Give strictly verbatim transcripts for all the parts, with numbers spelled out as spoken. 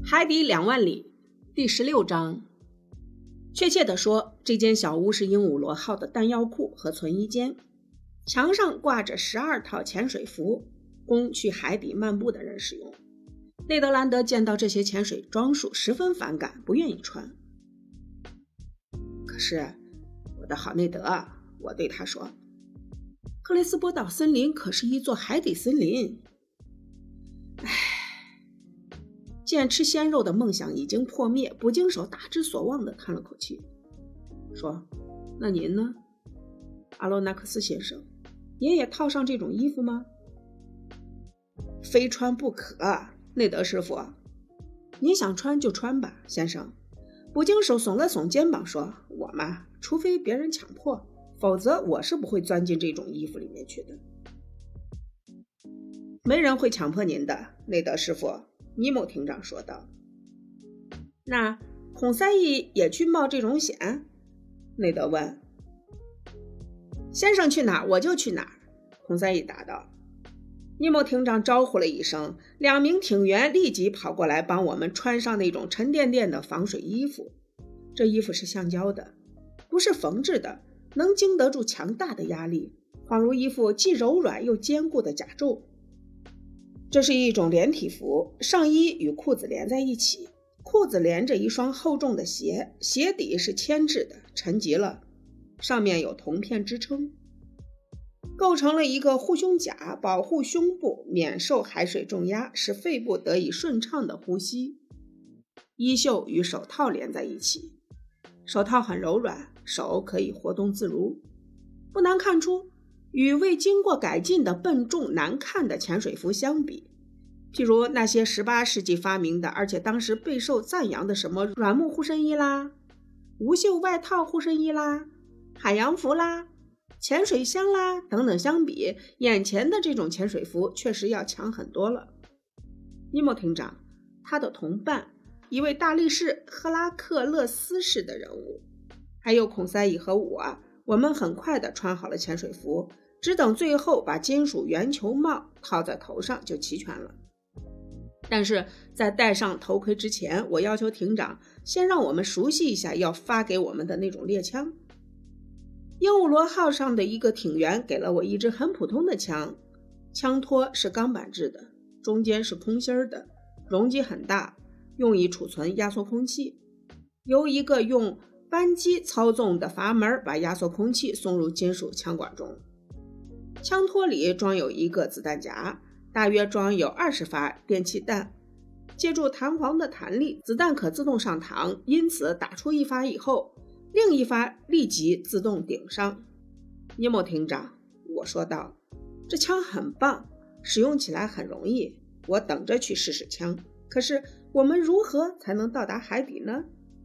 海底两万里第十六章。确切地说，这间小屋是鹦鹉螺号的弹药库和存衣间，墙上挂着十二套潜水服，供去海底漫步的人使用。内德兰德见到这些潜水装束十分反感，不愿意穿。可是我的好内德，我对他说，克雷斯波岛森林可是一座海底森林。唉，见吃鲜肉的梦想已经破灭，捕鲸手大之所望地叹了口气，说，那您呢，阿罗纳克斯先生，您也套上这种衣服吗？非穿不可，内德师傅，你想穿就穿吧，先生。捕鲸手耸了耸肩膀说，我嘛，除非别人强迫，否则我是不会钻进这种衣服里面去的。没人会强迫您的，内德师傅，尼莫艇长说道。那孔塞伊也去冒这种险？内德问。先生去哪儿我就去哪儿，孔塞伊答道。尼莫艇长招呼了一声，两名艇员立即跑过来帮我们穿上那种沉甸甸的防水衣服。这衣服是橡胶的，不是缝制的，能经得住强大的压力，恍如一副既柔软又坚固的甲胄。这是一种连体服，上衣与裤子连在一起，裤子连着一双厚重的鞋，鞋底是铅制的，沉极了，上面有铜片支撑，构成了一个护胸甲，保护胸部免受海水重压，使肺部得以顺畅的呼吸。衣袖与手套连在一起，手套很柔软，手可以活动自如，不难看出与未经过改进的笨重难看的潜水服相比，譬如那些十八世纪发明的而且当时备受赞扬的什么软木护身衣啦、无袖外套护身衣啦、海洋服啦、潜水箱啦等等相比，眼前的这种潜水服确实要强很多了。尼莫艇长，他的同伴，一位大力士赫拉克勒斯式的人物，还有孔塞伊和我，我们很快地穿好了潜水服，只等最后把金属圆球帽套在头上就齐全了。但是在戴上头盔之前，我要求艇长先让我们熟悉一下要发给我们的那种猎枪。鹦鹉螺号上的一个艇员给了我一支很普通的枪，枪托是钢板制的，中间是空心的，容积很大，用以储存压缩空气，由一个用扳机操纵的阀门把压缩空气送入金属枪管中。枪托里装有一个子弹夹，大约装有二十发电气弹，借助弹簧的弹力，子弹可自动上膛，因此打出一发以后，另一发立即自动顶上。尼莫艇长，我说道，这枪很棒，使用起来很容易，我等着去试试枪。可是我们如何才能到达海底呢？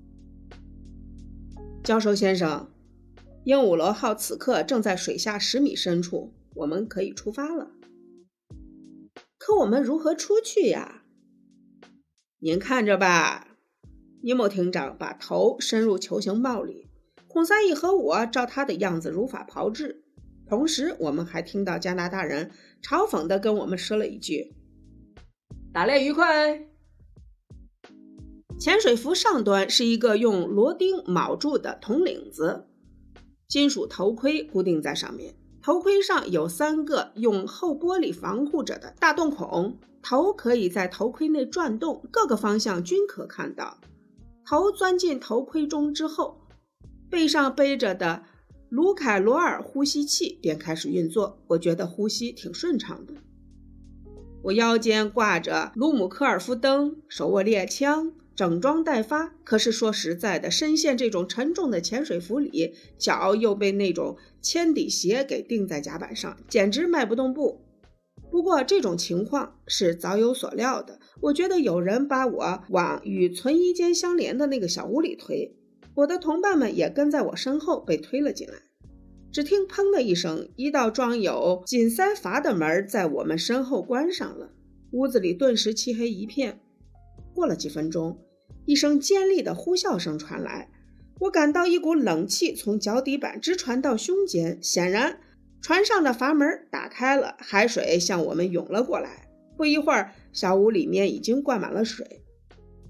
教授先生，鹦鹉螺号此刻正在水下十米深处，我们可以出发了。可我们如何出去呀？您看着吧。尼莫艇长把头伸入球形帽里，孔塞伊和我照他的样子如法炮制，同时我们还听到加拿大人嘲讽地跟我们说了一句，打猎愉快。潜水服上端是一个用螺钉铆住的铜领子，金属头盔固定在上面，头盔上有三个用厚玻璃防护着的大洞孔，头可以在头盔内转动，各个方向均可看到。头钻进头盔中之后，背上背着的卢凯罗尔呼吸器便开始运作，我觉得呼吸挺顺畅的。我腰间挂着卢姆科尔夫灯，手握猎枪，整装待发。可是说实在的，深陷这种沉重的潜水服里，脚又被那种铅底鞋给钉在甲板上，简直迈不动步。不过这种情况是早有所料的，我觉得有人把我往与存衣间相连的那个小屋里推，我的同伴们也跟在我身后被推了进来。只听砰的一声，一道装有紧塞阀的门在我们身后关上了，屋子里顿时漆黑一片。过了几分钟，一声尖利的呼啸声传来，我感到一股冷气从脚底板直传到胸间，显然船上的阀门打开了，海水向我们涌了过来。不一会儿，小屋里面已经灌满了水。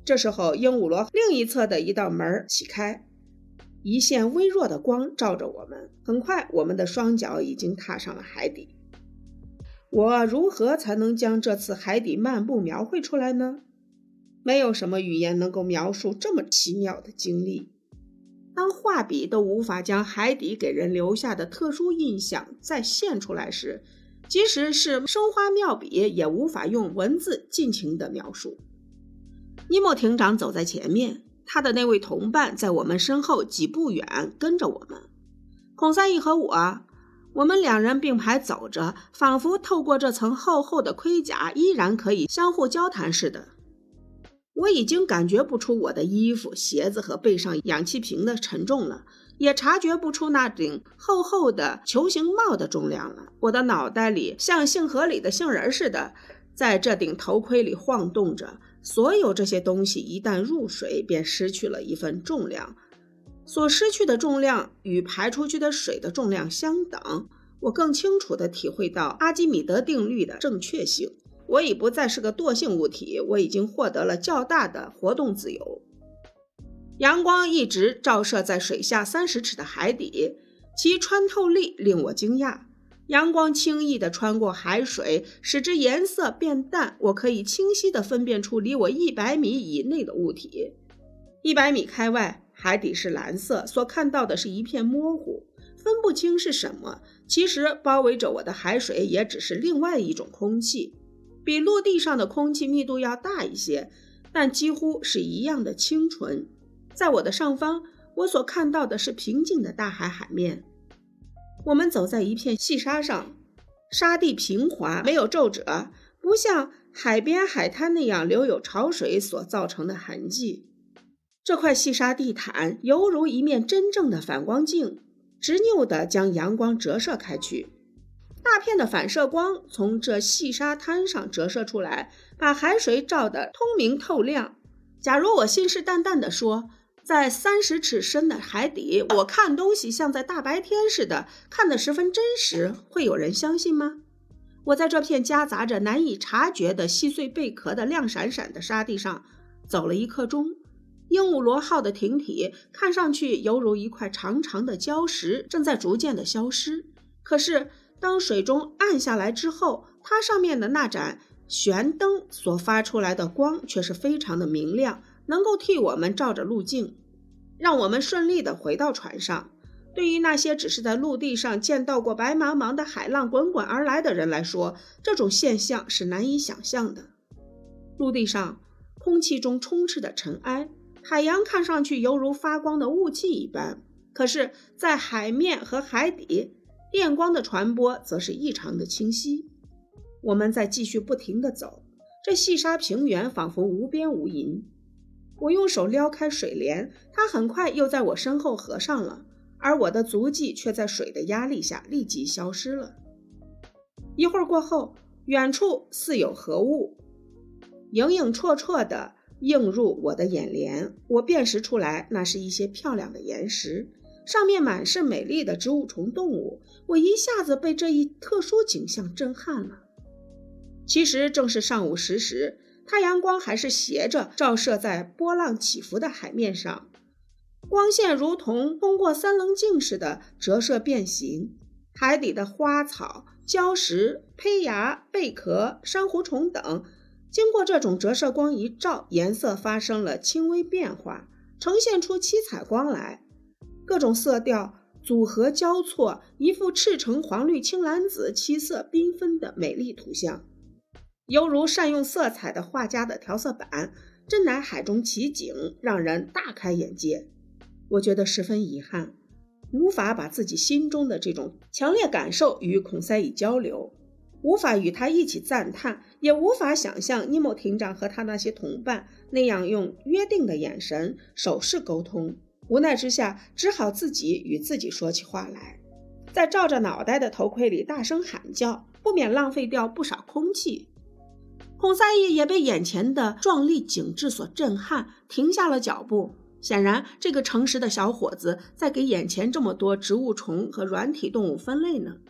这时候鹦鹉螺另一侧的一道门启开，一线微弱的光照着我们，很快我们的双脚已经踏上了海底。我如何才能将这次海底漫步描绘出来呢？没有什么语言能够描述这么奇妙的经历。当画笔都无法将海底给人留下的特殊印象再现出来时，即使是生花妙笔也无法用文字尽情的描述。尼莫艇长走在前面，他的那位同伴在我们身后几步远跟着我们。孔三一和我，我们两人并排走着，仿佛透过这层厚厚的盔甲依然可以相互交谈似的。我已经感觉不出我的衣服、鞋子和背上氧气瓶的沉重了，也察觉不出那顶厚厚的球形帽的重量了。我的脑袋里像杏核里的杏仁似的，在这顶头盔里晃动着。所有这些东西一旦入水，便失去了一份重量，所失去的重量与排出去的水的重量相等。我更清楚地体会到阿基米德定律的正确性。我已不再是个惰性物体，我已经获得了较大的活动自由。阳光一直照射在水下三十尺的海底，其穿透力令我惊讶。阳光轻易地穿过海水，使之颜色变淡，我可以清晰地分辨出离我一百米以内的物体。一百米开外，海底是蓝色，所看到的是一片模糊，分不清是什么。其实包围着我的海水也只是另外一种空气，比陆地上的空气密度要大一些，但几乎是一样的清纯。在我的上方，我所看到的是平静的大海海面。我们走在一片细沙上，沙地平滑，没有皱褶，不像海边海滩那样留有潮水所造成的痕迹。这块细沙地毯犹如一面真正的反光镜，执拗地将阳光折射开去。大片的反射光从这细沙滩上折射出来，把海水照得通明透亮。假如我信誓旦旦地说，在三十尺深的海底，我看东西像在大白天似的，看得十分真实，会有人相信吗？我在这片夹杂着难以察觉的细碎贝壳的亮闪闪的沙地上走了一刻钟。鹦鹉螺号的艇体看上去犹如一块长长的礁石，正在逐渐的消失。可是当水中暗下来之后，它上面的那盏悬灯所发出来的光却是非常的明亮，能够替我们照着路径，让我们顺利地回到船上。对于那些只是在陆地上见到过白茫茫的海浪滚滚而来的人来说，这种现象是难以想象的。陆地上空气中充斥着尘埃，海洋看上去犹如发光的雾气一般，可是在海面和海底，电光的传播则是异常的清晰。我们在继续不停地走，这细沙平原仿佛无边无垠。我用手撩开水帘，它很快又在我身后合上了，而我的足迹却在水的压力下立即消失了。一会儿过后，远处似有何物影影绰绰地映入我的眼帘，我辨识出来那是一些漂亮的岩石，上面满是美丽的植物虫动物。我一下子被这一特殊景象震撼了。其实正是上午十时，太阳光还是斜着照射在波浪起伏的海面上，光线如同通过三棱镜似的折射变形。海底的花草、礁石、胚芽、贝壳、珊瑚虫等经过这种折射光一照，颜色发生了轻微变化，呈现出七彩光来。各种色调组合交错，一幅赤橙黄绿青蓝紫七色缤纷的美丽图像，犹如善用色彩的画家的调色板，真乃海中奇景，让人大开眼界。我觉得十分遗憾，无法把自己心中的这种强烈感受与孔塞伊交流，无法与他一起赞叹，也无法想象尼莫艇长和他那些同伴那样用约定的眼神、手势沟通。无奈之下，只好自己与自己说起话来，在罩着脑袋的头盔里大声喊叫，不免浪费掉不少空气。孔塞伊也被眼前的壮丽景致所震撼，停下了脚步。显然这个诚实的小伙子在给眼前这么多植物虫和软体动物分类呢。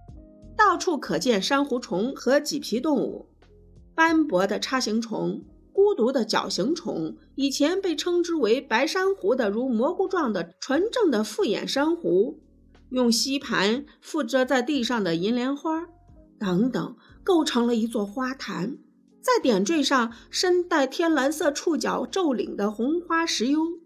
到处可见珊瑚虫和棘皮动物，斑驳的叉形虫、 孤独的角形虫，以前被称之为白珊瑚的如蘑菇状的纯正的复眼珊瑚，用吸盘附着在地上的银莲花等等，构成了一座花坛。在点缀上身带天蓝色触角皱领的红花石柚，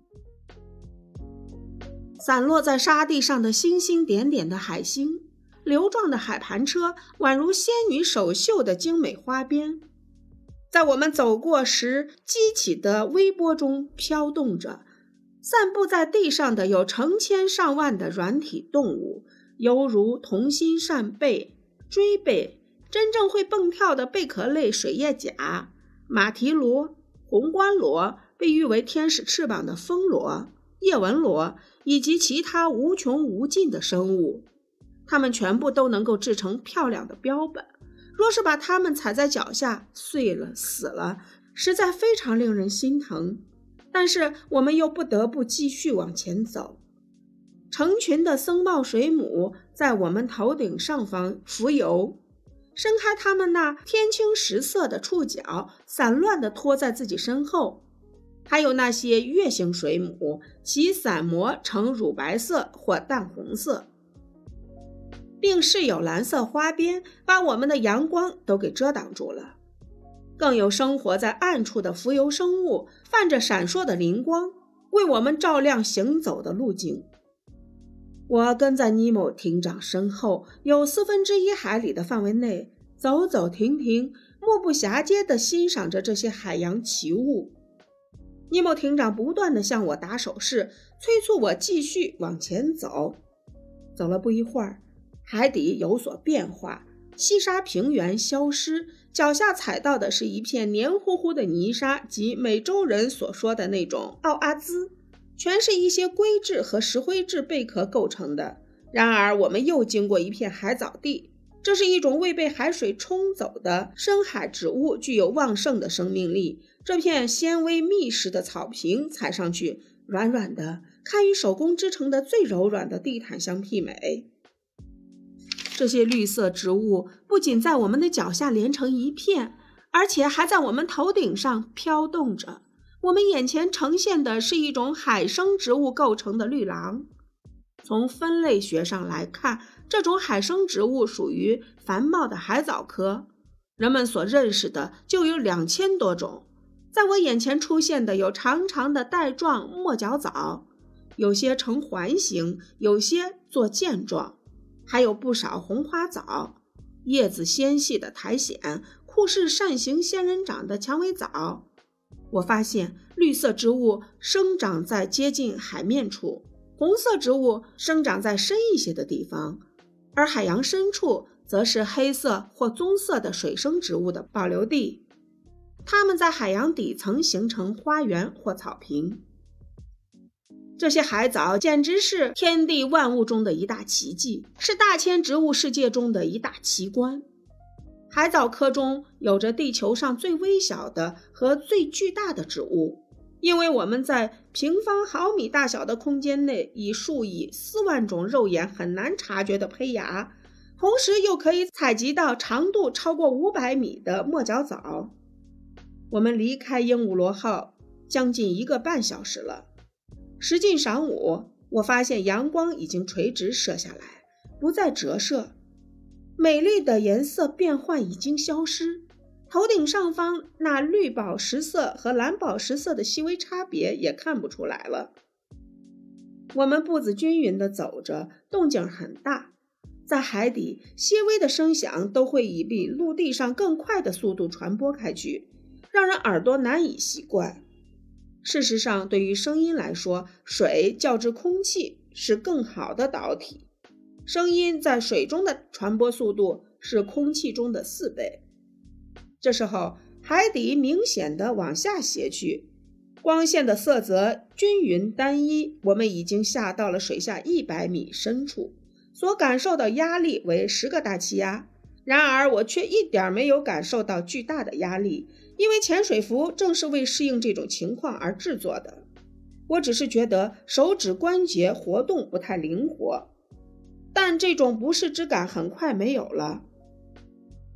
散落在沙地上的星星点点的海星，流状的海盘车宛如仙女手绣的精美花边，在我们走过时激起的微波中飘动着。散布在地上的有成千上万的软体动物，犹如同心扇贝、锥贝，真正会蹦跳的贝壳类水叶甲、马蹄螺、红冠螺，被誉为天使翅膀的风螺、叶纹螺，以及其他无穷无尽的生物。它们全部都能够制成漂亮的标本，若是把它们踩在脚下，碎了死了，实在非常令人心疼。但是我们又不得不继续往前走。成群的僧帽水母在我们头顶上方浮游，伸开它们那天青石色的触角，散乱地拖在自己身后。还有那些月形水母，其伞膜呈乳白色或淡红色，并饰有蓝色花边，把我们的阳光都给遮挡住了。更有生活在暗处的浮游生物，泛着闪烁的灵光，为我们照亮行走的路径。我跟在尼莫艇长身后，有四分之一海里的范围内，走走停停，目不暇接地欣赏着这些海洋奇物。尼莫艇长不断地向我打手势，催促我继续往前走。走了不一会儿，海底有所变化，细沙平原消失，脚下踩到的是一片黏糊糊的泥沙，即美洲人所说的那种奥阿兹，全是一些硅质和石灰质贝壳构成的。然而我们又经过一片海藻地，这是一种未被海水冲走的深海植物，具有旺盛的生命力。这片纤维密实的草坪踩上去软软的，堪与手工织成的最柔软的地毯相媲美。这些绿色植物不仅在我们的脚下连成一片，而且还在我们头顶上飘动着。我们眼前呈现的是一种海生植物构成的绿廊。从分类学上来看，这种海生植物属于繁茂的海藻科，人们所认识的就有两千多种。在我眼前出现的有长长的带状末角藻，有些呈环形，有些做箭状，还有不少红花藻，叶子纤细的苔藓，酷似扇形仙人掌的蔷薇藻。我发现绿色植物生长在接近海面处，红色植物生长在深一些的地方，而海洋深处则是黑色或棕色的水生植物的保留地。它们在海洋底层形成花园或草坪。这些海藻简直是天地万物中的一大奇迹，是大千植物世界中的一大奇观。海藻科中有着地球上最微小的和最巨大的植物，因为我们在平方毫米大小的空间内以数以四万种肉眼很难察觉的胚芽，同时又可以采集到长度超过五百米的末角藻。我们离开鹦鹉螺号将近一个半小时了。时近晌午，我发现阳光已经垂直射下来，不再折射，美丽的颜色变换已经消失，头顶上方那绿宝石色和蓝宝石色的细微差别也看不出来了。我们步子均匀地走着，动静很大，在海底些微的声响都会以比陆地上更快的速度传播开去，让人耳朵难以习惯。事实上，对于声音来说，水较之空气是更好的导体。声音在水中的传播速度是空气中的四倍。这时候，海底明显地往下斜去，光线的色泽均匀单一。我们已经下到了水下一百米深处，所感受到压力为十个大气压。然而，我却一点没有感受到巨大的压力，因为潜水服正是为适应这种情况而制作的。我只是觉得手指关节活动不太灵活，但这种不适之感很快没有了。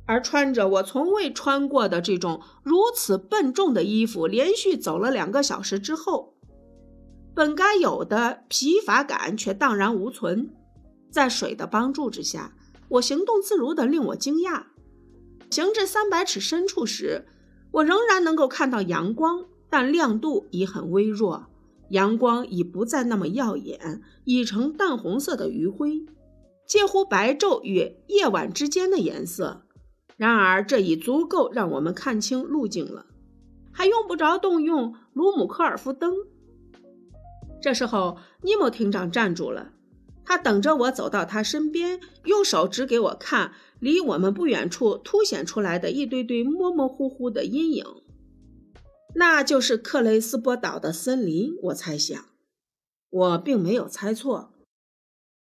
而穿着我从未穿过的这种如此笨重的衣服，连续走了两个小时之后，本该有的疲乏感却荡然无存。在水的帮助之下，我行动自如的令我惊讶。行至三百尺深处时，我仍然能够看到阳光，但亮度已很微弱，阳光已不再那么耀眼，已成淡红色的余晖，介乎白昼与夜晚之间的颜色。然而这已足够让我们看清路径了，还用不着动用卢姆科尔夫灯。这时候尼莫艇长站住了，他等着我走到他身边，用手指给我看离我们不远处凸显出来的一堆堆模模糊糊的阴影。那就是克雷斯波岛的森林，我猜想。我并没有猜错，